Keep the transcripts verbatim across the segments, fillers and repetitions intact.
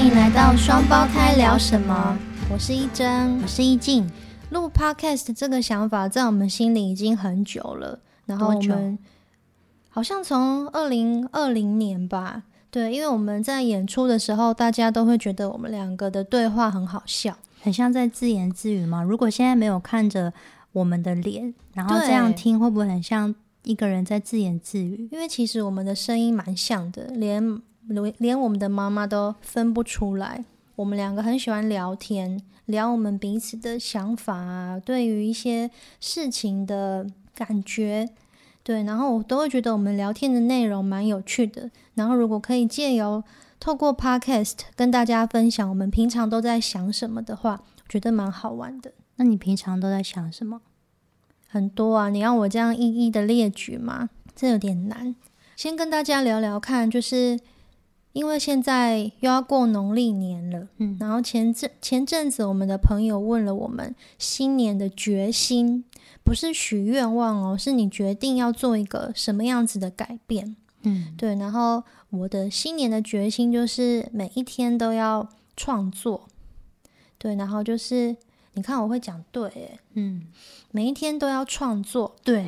迎来到双胞胎聊什么，我是一真， 我是一静。 录 podcast 这个想法在我们心里已经很久了，然后我们好像从二零二零年吧，对，因为我们在演出的时候大家都会觉得我们两个的对话很好笑， 很像在自言自语嘛。如果现在没有看着我们的脸，然后这样听，会不会很像一个人在自言自语？ 因为其实我们的声音蛮像的，连连我们的妈妈都分不出来。我们两个很喜欢聊天，聊我们彼此的想法啊，对于一些事情的感觉，对，然后我都会觉得我们聊天的内容蛮有趣的。然后如果可以借由透过 podcast 跟大家分享我们平常都在想什么的话，我觉得蛮好玩的。 那你平常都在想什么？ 很多啊，你要我这样一一的列举吗？这有点难。先跟大家聊聊看，就是因为现在又要过农历年了，嗯，然后前阵前阵子我们的朋友问了我们新年的决心，不是许愿望哦，是你决定要做一个什么样子的改变，嗯，对。然后我的新年的决心就是每一天都要创作，对，然后就是你看我会讲对耶，嗯，每一天都要创作， 对，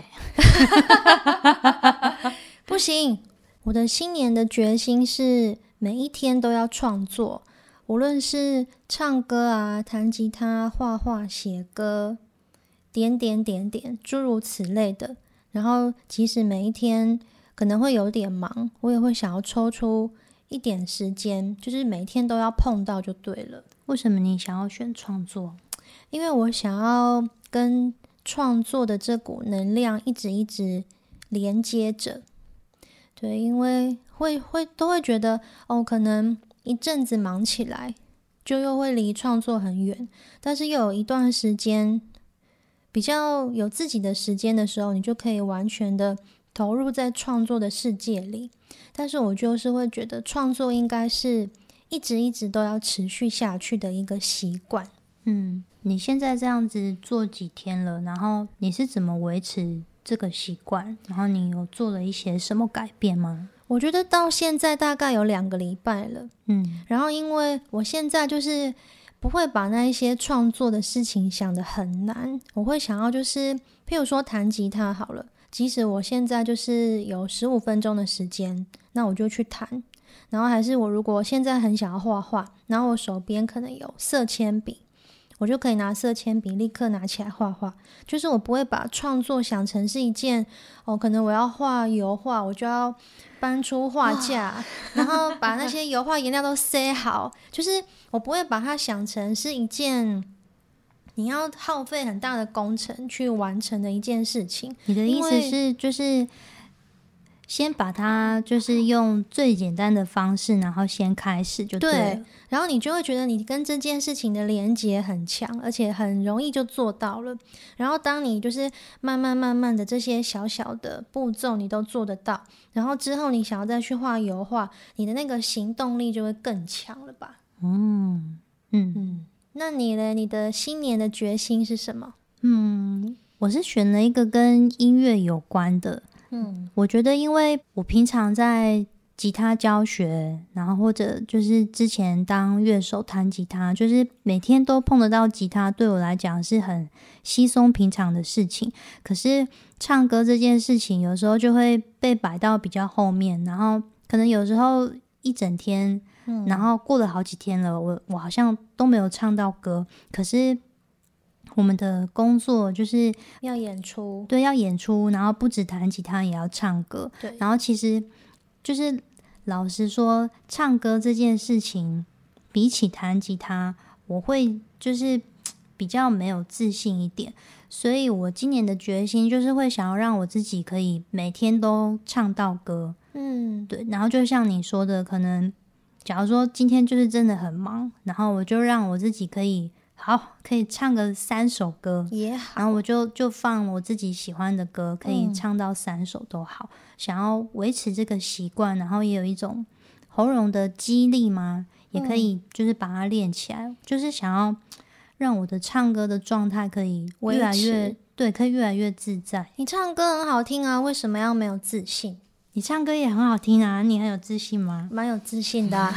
不行。我的新年的决心是每一天都要创作，无论是唱歌啊、弹吉他、画画、写歌，点点点点，诸如此类的。然后即使每一天可能会有点忙，我也会想要抽出一点时间，就是每天都要碰到就对了。 为什么你想要选创作？ 因为我想要跟创作的这股能量一直一直连接着。对，因为会会都会觉得哦，可能一阵子忙起来，就又会离创作很远。但是又有一段时间比较有自己的时间的时候，你就可以完全的投入在创作的世界里。但是我就是会觉得创作应该是一直一直都要持续下去的一个习惯。 嗯，你现在这样子做几天了？然后你是怎么维持这个习惯？然后你有做了一些什么改变吗？ 我觉得到现在大概有两个礼拜了，嗯，然后因为我现在就是不会把那一些创作的事情想得很难，我会想要就是譬如说弹吉他好了，即使我现在就是有十五分钟的时间，那我就去弹。然后还是我如果现在很想要画画，然后我手边可能有色铅笔，我就可以拿色铅笔立刻拿起来画画。就是我不会把创作想成是一件哦，可能我要画油画，我就要搬出画架，然后把那些油画颜料都塞好，就是我不会把它想成是一件你要耗费很大的工程去完成的一件事情。 你的意思是就是先把它就是用最简单的方式，然后先开始就对了。 对，然后你就会觉得你跟这件事情的连结很强，而且很容易就做到了。然后当你就是慢慢慢慢的这些小小的步骤你都做得到，然后之后你想要再去画油画，你的那个行动力就会更强了吧。 嗯嗯嗯， 那你呢？你的新年的决心是什么？ 嗯，我是选了一个跟音乐有关的。嗯，我觉得因为我平常在吉他教学，然后或者就是之前当乐手弹吉他，就是每天都碰得到吉他，对我来讲是很稀松平常的事情。可是唱歌这件事情有时候就会被摆到比较后面，然后可能有时候一整天，嗯，然后过了好几天了，我我好像都没有唱到歌。可是我们的工作就是要演出， 对，要演出，然后不止弹吉他也要唱歌。 对， 然后其实就是老实说，唱歌这件事情比起弹吉他，我会就是比较没有自信一点。所以我今年的决心就是会想要让我自己可以每天都唱到歌。嗯，对。然后就像你说的，可能假如说今天就是真的很忙，然后我就让我自己可以好可以唱个三首歌也好， 然后我就就放我自己喜欢的歌，可以唱到三首都好、嗯、想要维持这个习惯，然后也有一种喉咙的激励吗，也可以就是把它练起来、嗯、就是想要让我的唱歌的状态可以越来越对，可以越来越自在。 你唱歌很好听啊，为什么要没有自信？ 你唱歌也很好听啊，你很有自信吗？ 蛮有自信的、啊。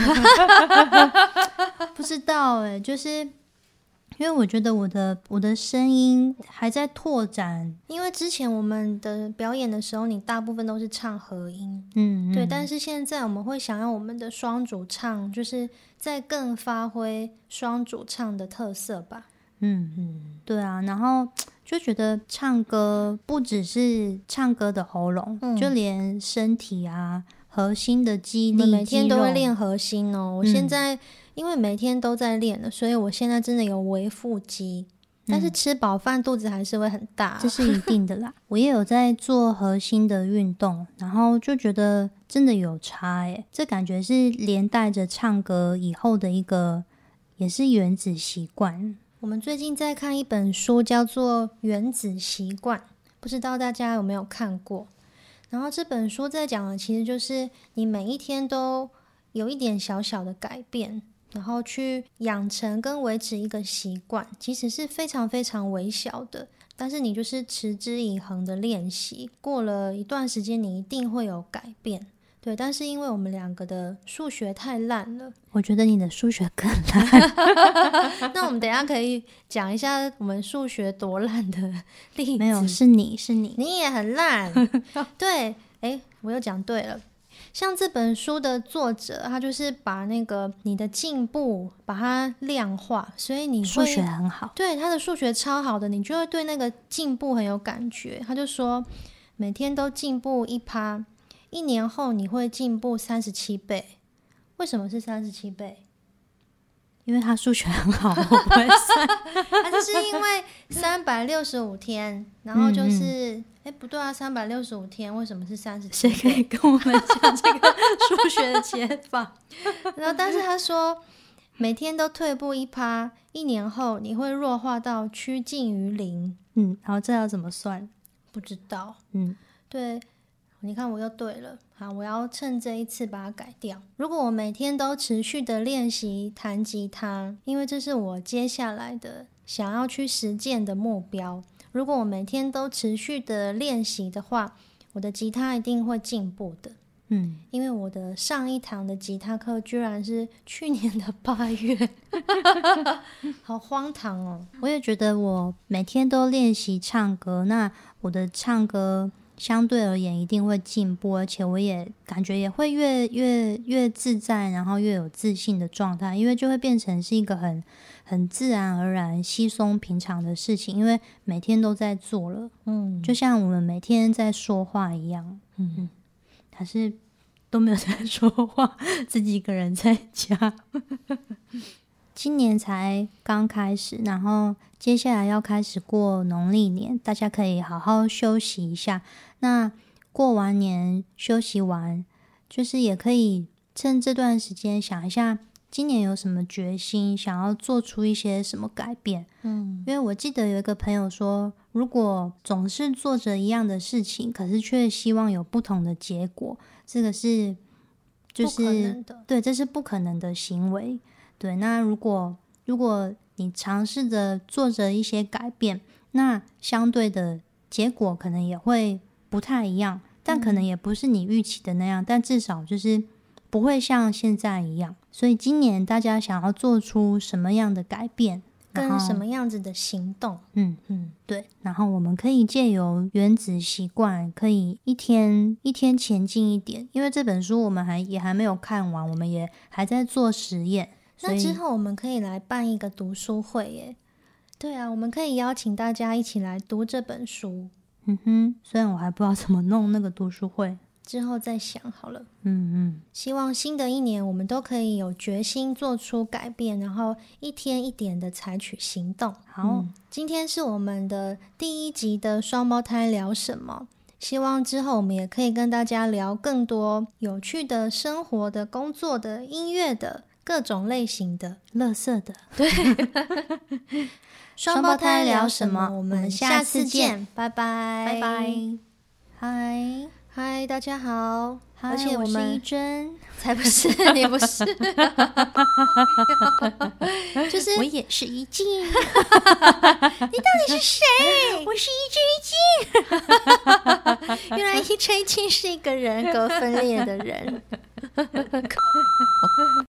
不知道哎、欸，就是因为我觉得我的我的声音还在拓展， 因为之前我们的表演的时候，你大部分都是唱和音， 嗯, 嗯， 对。但是现在我们会想要我们的双主唱，就是再更发挥双主唱的特色吧。 嗯嗯，对啊，然后就觉得唱歌不只是唱歌的喉咙，嗯、就连身体啊、核心的肌力， 我每天都会练核心哦。我现在、嗯、因为每天都在练了，所以我现在真的有微腹肌，但是吃饱饭肚子还是会很大， 这是一定的啦。我也有在做核心的运动，然后就觉得真的有差耶，这感觉是连带着唱歌以后的一个，也是原子习惯。 我们最近在看一本书，叫做《原子习惯》，不知道大家有没有看过？然后这本书在讲的其实就是你每一天都有一点小小的改变，然后去养成跟维持一个习惯，其实是非常非常微小的，但是你就是持之以恒的练习，过了一段时间你一定会有改变。对，但是因为我们两个的数学太烂了， 我觉得你的数学更烂。 那我们等一下可以讲一下我们数学多烂的例子。 没有，是你是你， 你也很烂。对，诶，我又讲对了。像这本书的作者，他就是把那个你的进步把它量化，所以你会数学很好。 对，他的数学超好的，你就会对那个进步很有感觉。他就说，每天都进步一趴。一年后你会进步三十七倍，为什么是三十七倍？ 因为他数学很好，我不会算。 他就是因为三百六十五天，然后就是哎、嗯嗯，不对啊，三百六十五天为什么是三十七倍？ 谁可以跟我们讲这个数学的解法？ 然后，但是他说每天都退步一趴，一年后你会弱化到趋近于零。 嗯，然后这要怎么算？ 不知道。 嗯， 对。你看我又对了，好，我要趁这一次把它改掉。如果我每天都持续的练习弹吉他，因为这是我接下来的想要去实践的目标，如果我每天都持续的练习的话，我的吉他一定会进步的。 嗯， 因为我的上一堂的吉他课居然是去年的八月，好荒唐哦！ 我也觉得我每天都练习唱歌，那我的唱歌相对而言一定会进步，而且我也感觉也会越越越自在，然后越有自信的状态，因为就会变成是一个很很自然而然、稀松平常的事情，因为每天都在做了， 嗯， 就像我们每天在说话一样，嗯嗯，还是都没有在说话，自己一个人在家。今年才刚开始，然后接下来要开始过农历年，大家可以好好休息一下。那过完年休息完，就是也可以趁这段时间想一下，今年有什么决心，想要做出一些什么改变。 嗯， 因为我记得有一个朋友说，如果总是做着一样的事情，可是却希望有不同的结果，这个是就是不可能的， 对，这是不可能的行为。对，那如果如果你尝试着做着一些改变，那相对的结果可能也会不太一样，但可能也不是你预期的那样，嗯、但至少就是不会像现在一样。所以今年大家想要做出什么样的改变， 跟什么样子的行动？ 嗯嗯，对。然后我们可以借由原子习惯，可以一天一天前进一点。因为这本书我们还也还没有看完，我们也还在做实验。 那之后我们可以来办一个读书会耶。对啊，我们可以邀请大家一起来读这本书。 嗯哼，虽然我还不知道怎么弄那个读书会， 之后再想好了。 嗯嗯， 希望新的一年我们都可以有决心做出改变，然后一天一点的采取行动。 好、 嗯，今天是我们的第一集的双胞胎聊什么，希望之后我们也可以跟大家聊更多有趣的生活的、工作的、音乐的各种类型的、 垃圾的。 对。双胞胎聊什么？我们下次见，拜拜， 拜拜， 嗨嗨，大家好， 而且我是一真， 才不是，你不是，就是我也是一静，你到底是谁？ 我是一真一静。 原来一吹青是一个人格分裂的人。